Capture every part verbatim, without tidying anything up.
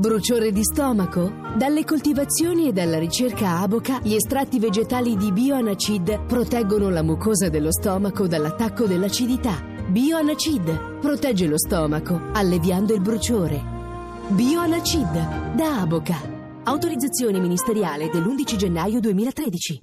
Bruciore di stomaco? Dalle coltivazioni e dalla ricerca Aboca, gli estratti vegetali di Bioanacid proteggono la mucosa dello stomaco dall'attacco dell'acidità. Bioanacid protegge lo stomaco, alleviando il bruciore. Bioanacid da Aboca. Autorizzazione ministeriale dell'undici gennaio duemilatredici.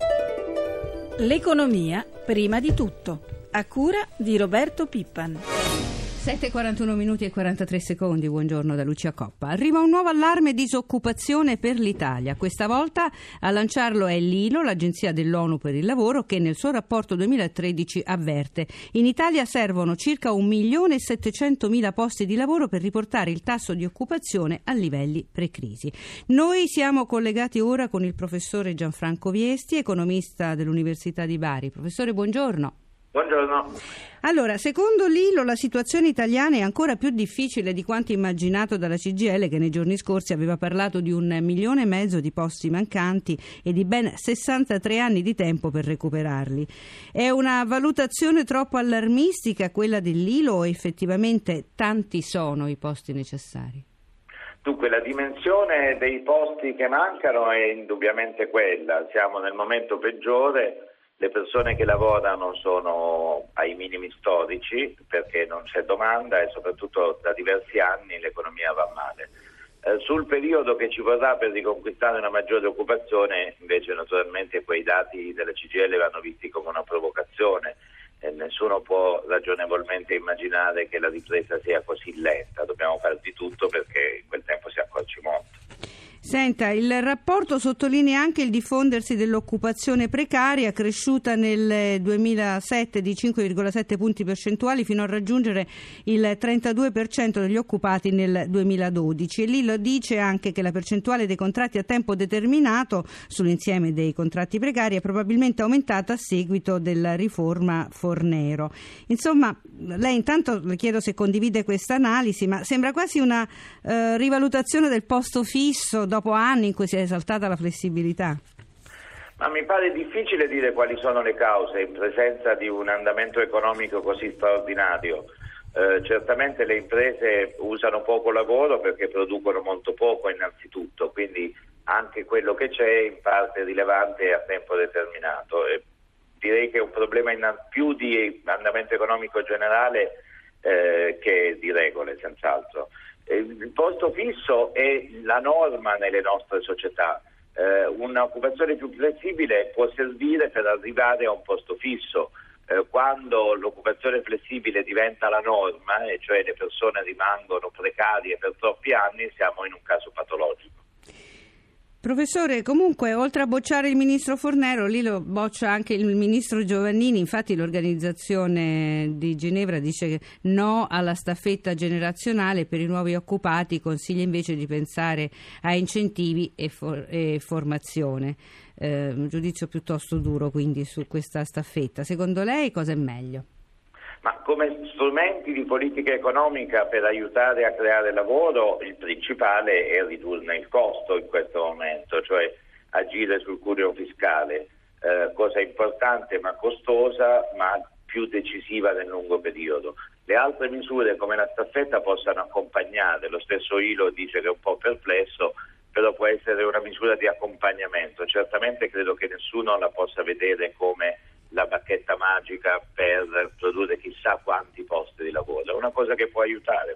L'economia prima di tutto, a cura di Roberto Pippan. sette e quarantuno minuti e quarantatré secondi, buongiorno da Lucia Coppa. Arriva un nuovo allarme disoccupazione per l'Italia. Questa volta a lanciarlo è l'I L O, l'Agenzia dell'ONU per il lavoro, che nel suo rapporto duemilatredici avverte: in Italia servono circa un milione e settecentomila posti di lavoro per riportare il tasso di occupazione a livelli pre-crisi. Noi siamo collegati ora con il professore Gianfranco Viesti, economista dell'Università di Bari. Professore, buongiorno. Buongiorno. Allora, secondo l'I L O la situazione italiana è ancora più difficile di quanto immaginato dalla C G I L, che nei giorni scorsi aveva parlato di un milione e mezzo di posti mancanti e di ben sessantatré anni di tempo per recuperarli. È una valutazione troppo allarmistica quella dell'I L O o effettivamente tanti sono i posti necessari? Dunque, la dimensione dei posti che mancano è indubbiamente quella. Siamo nel momento peggiore. Le persone che lavorano sono ai minimi storici perché non c'è domanda e soprattutto da diversi anni l'economia va male. Eh, sul periodo che ci vorrà per riconquistare una maggiore occupazione, invece naturalmente quei dati della C G I L vanno visti come una provocazione. Eh, nessuno può ragionevolmente immaginare che la ripresa sia così lenta. Dobbiamo fare di tutto perché in quel tempo si accorci molto. Senta, il rapporto sottolinea anche il diffondersi dell'occupazione precaria, cresciuta nel duemilasette di cinque virgola sette punti percentuali fino a raggiungere il trentadue per cento degli occupati nel duemiladodici. E lì lo dice anche che la percentuale dei contratti a tempo determinato sull'insieme dei contratti precari è probabilmente aumentata a seguito della riforma Fornero. Insomma, lei intanto le chiedo se condivide questa analisi, ma sembra quasi una eh, rivalutazione del posto fisso dopo anni in cui si è esaltata la flessibilità. Ma mi pare difficile dire quali sono le cause in presenza di un andamento economico così straordinario. Eh, certamente le imprese usano poco lavoro perché producono molto poco innanzitutto, quindi anche quello che c'è in parte rilevante è a tempo determinato. E direi che è un problema in più di andamento economico generale eh, che di regole, senz'altro. Il posto fisso è la norma nelle nostre società. Eh, un'occupazione più flessibile può servire per arrivare a un posto fisso. Eh, quando l'occupazione flessibile diventa la norma, e cioè le persone rimangono precarie per troppi anni, siamo in un caso patologico. Professore, comunque, oltre a bocciare il ministro Fornero, lì lo boccia anche il ministro Giovannini. Infatti l'organizzazione di Ginevra dice no alla staffetta generazionale per i nuovi occupati, consiglia invece di pensare a incentivi e, for- e formazione. Eh, un giudizio piuttosto duro quindi su questa staffetta. Secondo lei cosa è meglio? Ma come strumenti di politica economica per aiutare a creare lavoro, il principale è ridurne il costo in questo momento, cioè agire sul cuneo fiscale, eh, cosa importante ma costosa, ma più decisiva nel lungo periodo. Le altre misure come la staffetta possano accompagnare, lo stesso I L O dice che è un po' perplesso, però può essere una misura di accompagnamento. Certamente credo che nessuno la possa vedere come la bacchetta magica per produrre chissà quanti posti di lavoro. È una cosa che può aiutare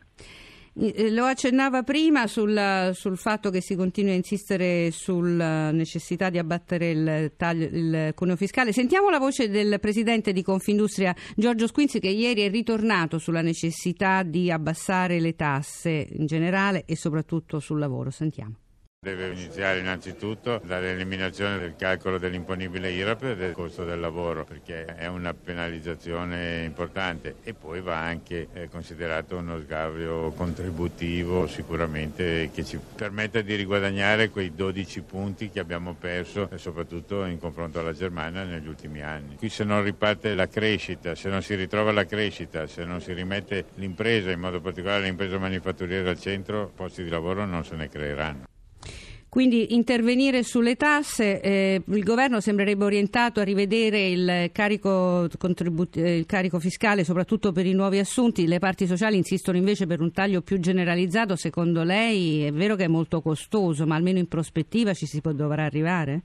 forse. Lo accennava prima sul, sul fatto che si continui a insistere sulla necessità di abbattere il, taglio, il cuneo fiscale. Sentiamo la voce del presidente di Confindustria Giorgio Squinzi, che ieri è ritornato sulla necessità di abbassare le tasse in generale e soprattutto sul lavoro. Sentiamo. Deve iniziare innanzitutto dall'eliminazione del calcolo dell'imponibile I R A P e del costo del lavoro, perché è una penalizzazione importante, e poi va anche eh, considerato uno sgravio contributivo sicuramente che ci permetta di riguadagnare quei dodici punti che abbiamo perso, eh, soprattutto in confronto alla Germania negli ultimi anni. Qui se non riparte la crescita, se non si ritrova la crescita, se non si rimette l'impresa, in modo particolare l'impresa manifatturiera al centro, posti di lavoro non se ne creeranno. Quindi intervenire sulle tasse, eh, il governo sembrerebbe orientato a rivedere il carico, contribut- il carico fiscale, soprattutto per i nuovi assunti. Le parti sociali insistono invece per un taglio più generalizzato. Secondo lei è vero che è molto costoso, ma almeno in prospettiva ci si può, dovrà arrivare?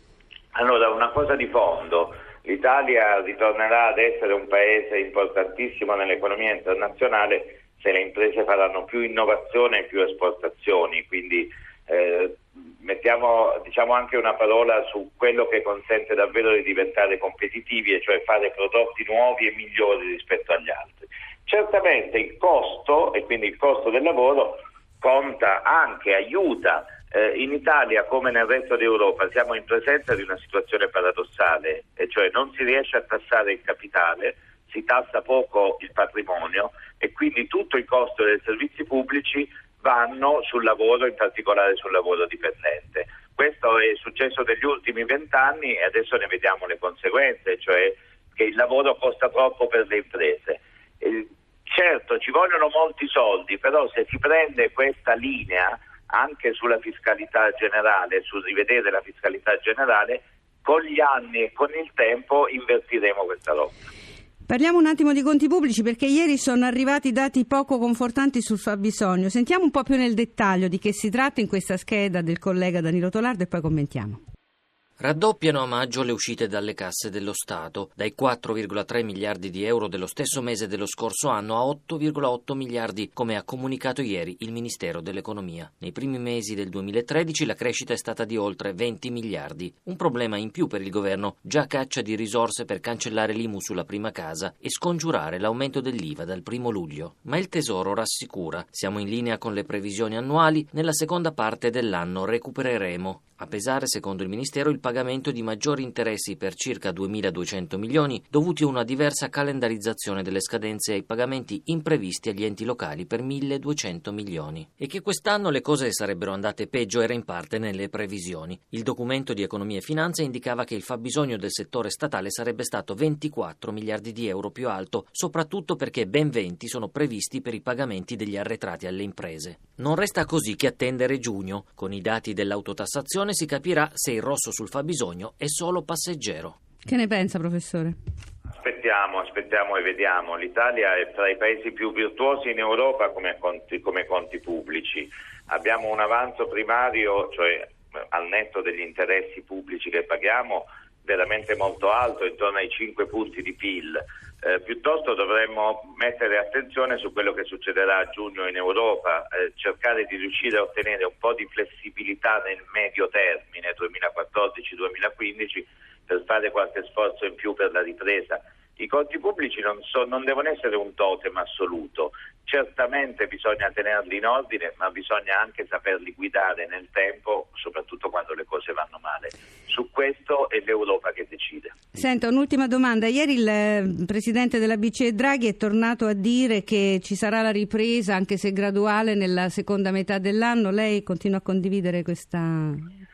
Allora, una cosa di fondo: l'Italia ritornerà ad essere un paese importantissimo nell'economia internazionale se le imprese faranno più innovazione e più esportazioni, quindi eh, mettiamo diciamo anche una parola su quello che consente davvero di diventare competitivi, e cioè fare prodotti nuovi e migliori rispetto agli altri. Certamente il costo, e quindi il costo del lavoro, conta anche, aiuta. Eh, in Italia, come nel resto d'Europa, siamo in presenza di una situazione paradossale, e cioè non si riesce a tassare il capitale, si tassa poco il patrimonio, e quindi tutto il costo dei servizi pubblici vanno sul lavoro, in particolare sul lavoro dipendente. Questo è successo negli ultimi vent'anni e adesso ne vediamo le conseguenze, cioè che il lavoro costa troppo per le imprese. Eh, certo, ci vogliono molti soldi, però se si prende questa linea anche sulla fiscalità generale, sul rivedere la fiscalità generale, con gli anni e con il tempo invertiremo questa rotta. Parliamo un attimo di conti pubblici, perché ieri sono arrivati dati poco confortanti sul fabbisogno. Sentiamo un po' più nel dettaglio di che si tratta in questa scheda del collega Danilo Tolardo e poi commentiamo. Raddoppiano a maggio le uscite dalle casse dello Stato, dai quattro virgola tre miliardi di euro dello stesso mese dello scorso anno a otto virgola otto miliardi, come ha comunicato ieri il Ministero dell'Economia. Nei primi mesi del duemilatredici la crescita è stata di oltre venti miliardi, un problema in più per il governo, già a caccia di risorse per cancellare l'I M U sulla prima casa e scongiurare l'aumento dell'I V A dal primo luglio. Ma il Tesoro rassicura: siamo in linea con le previsioni annuali, nella seconda parte dell'anno recupereremo. A pesare, secondo il Ministero, il pagamento di maggiori interessi per circa duemiladuecento milioni dovuti a una diversa calendarizzazione delle scadenze ai pagamenti imprevisti agli enti locali per milleduecento milioni. E che quest'anno le cose sarebbero andate peggio era in parte nelle previsioni. Il documento di Economia e Finanza indicava che il fabbisogno del settore statale sarebbe stato ventiquattro miliardi di euro più alto, soprattutto perché ben venti sono previsti per i pagamenti degli arretrati alle imprese. Non resta così che attendere giugno. Con i dati dell'autotassazione si capirà se il rosso sul fabbisogno è solo passeggero. Che ne pensa, professore? Aspettiamo, aspettiamo e vediamo. L'Italia è tra i paesi più virtuosi in Europa come conti, come conti pubblici. Abbiamo un avanzo primario, cioè al netto degli interessi pubblici che paghiamo, veramente molto alto, intorno ai cinque punti di P I L. Eh, piuttosto dovremmo mettere attenzione su quello che succederà a giugno in Europa, eh, cercare di riuscire a ottenere un po' di flessibilità nel medio termine, duemilaquattordici duemilaquindici, per fare qualche sforzo in più per la ripresa. I conti pubblici non, so, non devono essere un totem assoluto, certamente bisogna tenerli in ordine, ma bisogna anche saperli guidare nel tempo, soprattutto quando le cose vanno male. Su questo è l'Europa che decide. Senta, un'ultima domanda. Ieri il presidente della B C E Draghi è tornato a dire che ci sarà la ripresa, anche se graduale, nella seconda metà dell'anno. Lei continua a condividere questa...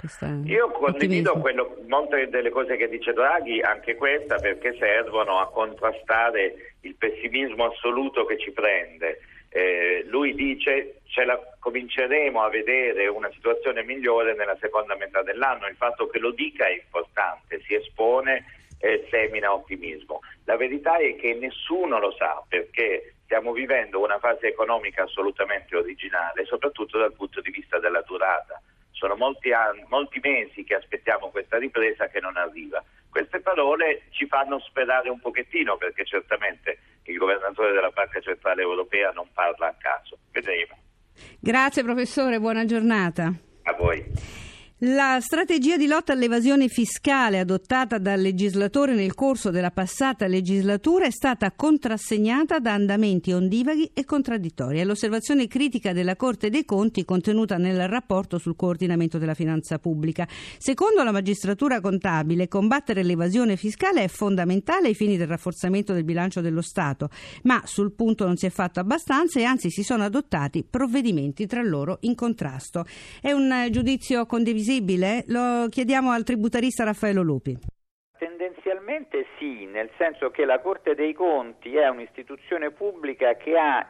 Io condivido quello, molte delle cose che dice Draghi, anche questa, perché servono a contrastare il pessimismo assoluto che ci prende. Eh, lui dice ce la cominceremo a vedere una situazione migliore nella seconda metà dell'anno. Il fatto che lo dica è importante, si espone e semina ottimismo. La verità è che nessuno lo sa, perché stiamo vivendo una fase economica assolutamente originale, soprattutto dal punto di vista della durata. Sono molti anni, molti mesi che aspettiamo questa ripresa che non arriva. Queste parole ci fanno sperare un pochettino, perché certamente il governatore della Banca Centrale Europea non parla a caso. Vedremo. Grazie professore, buona giornata. A voi. La strategia di lotta all'evasione fiscale adottata dal legislatore nel corso della passata legislatura è stata contrassegnata da andamenti ondivaghi e contraddittori. È l'osservazione critica della Corte dei Conti contenuta nel rapporto sul coordinamento della finanza pubblica. Secondo la magistratura contabile, combattere l'evasione fiscale è fondamentale ai fini del rafforzamento del bilancio dello Stato, ma sul punto non si è fatto abbastanza e anzi si sono adottati provvedimenti tra loro in contrasto. È un giudizio condivisibile? Lo chiediamo al tributarista Raffaello Lupi. Tendenzialmente sì, sì, nel senso che la Corte dei Conti è un'istituzione pubblica che ha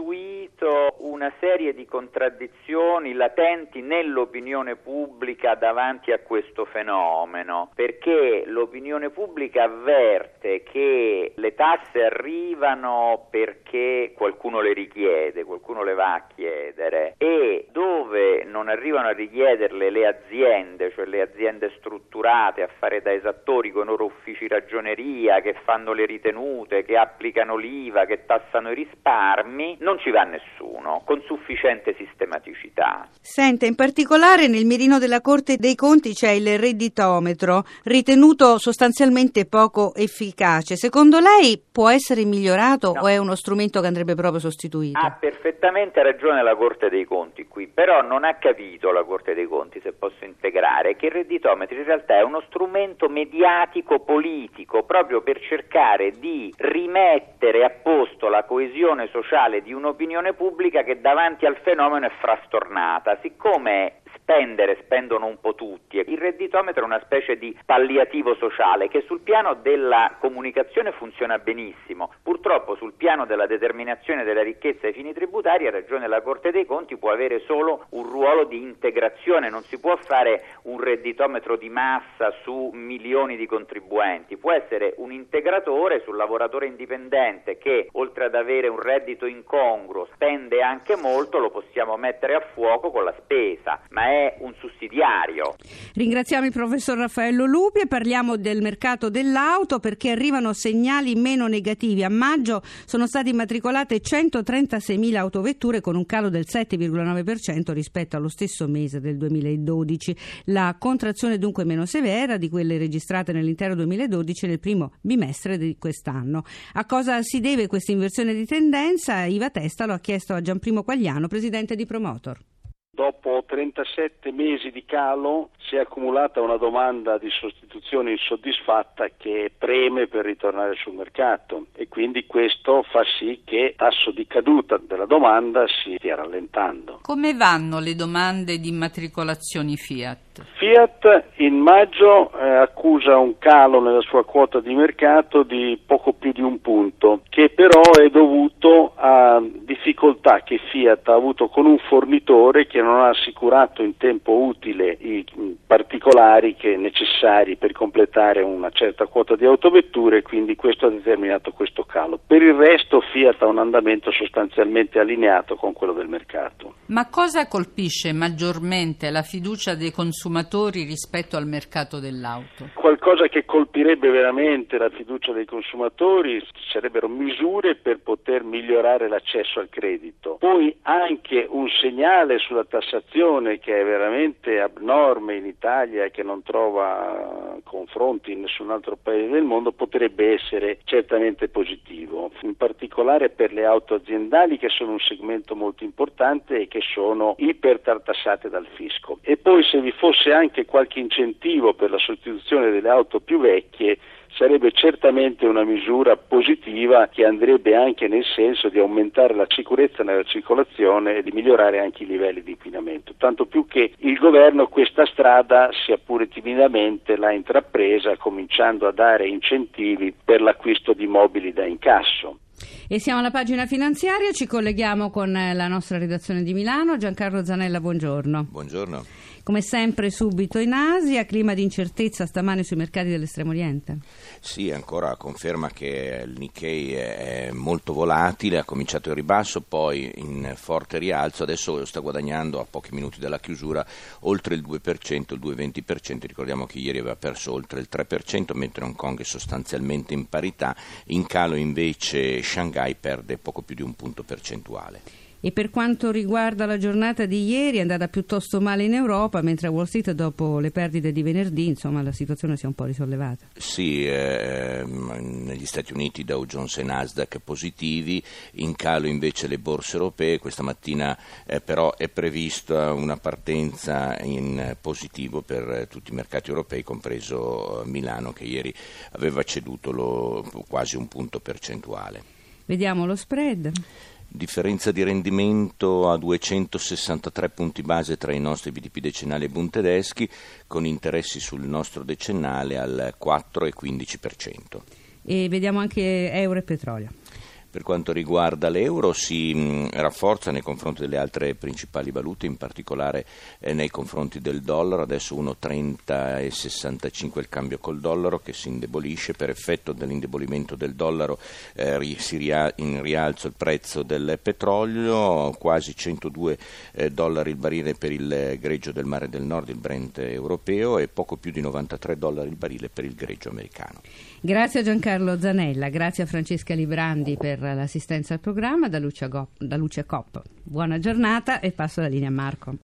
intuito una serie di contraddizioni latenti nell'opinione pubblica davanti a questo fenomeno, perché l'opinione pubblica avverte che le tasse arrivano perché qualcuno le richiede, qualcuno le va a chiedere, e dove non arrivano a richiederle le aziende, cioè le aziende strutturate a fare da esattori con i loro uffici ragioneria, che fanno le ritenute, che applicano l'I V A, che tassano i risparmi, non ci va nessuno, con sufficiente sistematicità. Senta, in particolare nel mirino della Corte dei Conti c'è il redditometro, ritenuto sostanzialmente poco efficace. Secondo lei può essere migliorato no. o è uno strumento che andrebbe proprio sostituito? Ha perfettamente ragione la Corte dei Conti qui, però non ha capito la Corte dei Conti, se posso integrare, che il redditometro in realtà è uno strumento mediatico politico proprio per cercare di rimettere a posto la coesione sociale di un'opinione pubblica che davanti al fenomeno è frastornata. Siccome spendere spendono un po' tutti, il redditometro è una specie di palliativo sociale che sul piano della comunicazione funziona benissimo, purtroppo sul piano della determinazione della ricchezza ai fini tributari, ha ragione la Corte dei Conti, può avere solo un ruolo di integrazione, non si può fare un redditometro di massa su milioni di contribuenti, può essere un integratore sul lavoratore indipendente che oltre ad avere un reddito incongruo spende anche molto, lo possiamo mettere a fuoco con la spesa, ma è un sussidiario. Ringraziamo il professor Raffaello Lupi e parliamo del mercato dell'auto perché arrivano segnali meno negativi. A maggio sono state immatricolate centotrentaseimila autovetture con un calo del sette virgola nove per cento rispetto allo stesso mese del duemiladodici. La contrazione dunque meno severa di quelle registrate nell'intero duemiladodici nel primo bimestre di quest'anno. A cosa si deve questa inversione di tendenza? Iva Testa lo ha chiesto a Gianprimo Quagliano, presidente di Promotor. Dopo trentasette mesi di calo si è accumulata una domanda di sostituzione insoddisfatta che preme per ritornare sul mercato e quindi questo fa sì che il tasso di caduta della domanda si stia rallentando. Come vanno le domande di immatricolazioni Fiat? Fiat in maggio eh, accusa un calo nella sua quota di mercato di poco più di un punto, che però è dovuto a difficoltà che Fiat ha avuto con un fornitore che non ha assicurato in tempo utile i particolari che necessari per completare una certa quota di autovetture, quindi questo ha determinato questo calo. Per il resto Fiat ha un andamento sostanzialmente allineato con quello del mercato. Ma cosa colpisce maggiormente la fiducia dei consumatori rispetto al mercato dell'auto? Qualcosa che colpirebbe veramente la fiducia dei consumatori sarebbero misure per poter migliorare l'accesso al credito. Poi anche un segnale sulla tassazione che è veramente abnorme in Italia e che non trova confronti in nessun altro paese del mondo potrebbe essere certamente positivo, in particolare per le auto aziendali che sono un segmento molto importante e che sono ipertartassate dal fisco. E poi se vi fosse anche qualche incentivo per la sostituzione delle auto più vecchie sarebbe certamente una misura positiva che andrebbe anche nel senso di aumentare la sicurezza nella circolazione e di migliorare anche i livelli di inquinamento, tanto più che il governo questa strada, sia pure timidamente, l'ha intrapresa cominciando a dare incentivi per l'acquisto di mobili da incasso. E siamo alla pagina finanziaria, ci colleghiamo con la nostra redazione di Milano. Giancarlo Zanella, buongiorno. Buongiorno. Come sempre subito in Asia, clima di incertezza stamane sui mercati dell'Estremo Oriente. Sì, ancora conferma che il Nikkei è molto volatile, ha cominciato in ribasso, poi in forte rialzo, adesso sta guadagnando a pochi minuti dalla chiusura oltre il due per cento, il due virgola venti per cento, ricordiamo che ieri aveva perso oltre il tre per cento, mentre Hong Kong è sostanzialmente in parità, in calo invece Shanghai perde poco più di un punto percentuale. E per quanto riguarda la giornata di ieri è andata piuttosto male in Europa, mentre a Wall Street dopo le perdite di venerdì insomma la situazione si è un po' risollevata. Sì, eh, negli Stati Uniti Dow Jones e Nasdaq positivi, in calo invece le borse europee. Questa mattina eh, però è prevista una partenza in positivo per tutti i mercati europei, compreso Milano che ieri aveva ceduto lo, quasi un punto percentuale. Vediamo lo spread. differenza di rendimento a duecentosessantatré punti base tra i nostri B T P decennali e Bund tedeschi, con interessi sul nostro decennale al quattro virgola quindici per cento. E vediamo anche euro e petrolio. Per quanto riguarda l'euro, si mh, rafforza nei confronti delle altre principali valute, in particolare eh, nei confronti del dollaro. Adesso uno virgola trenta e sessantacinque il cambio col dollaro, che si indebolisce. Per effetto dell'indebolimento del dollaro eh, ri, si ria, in rialzo il prezzo del petrolio, quasi centodue eh, dollari il barile per il greggio del Mare del Nord, il Brent europeo, e poco più di novantatré dollari il barile per il greggio americano. Grazie a Giancarlo Zanella, grazie a Francesca Librandi per l'assistenza al programma, da Lucia, Go- da Lucia Copp. Buona giornata e passo la linea a Marco.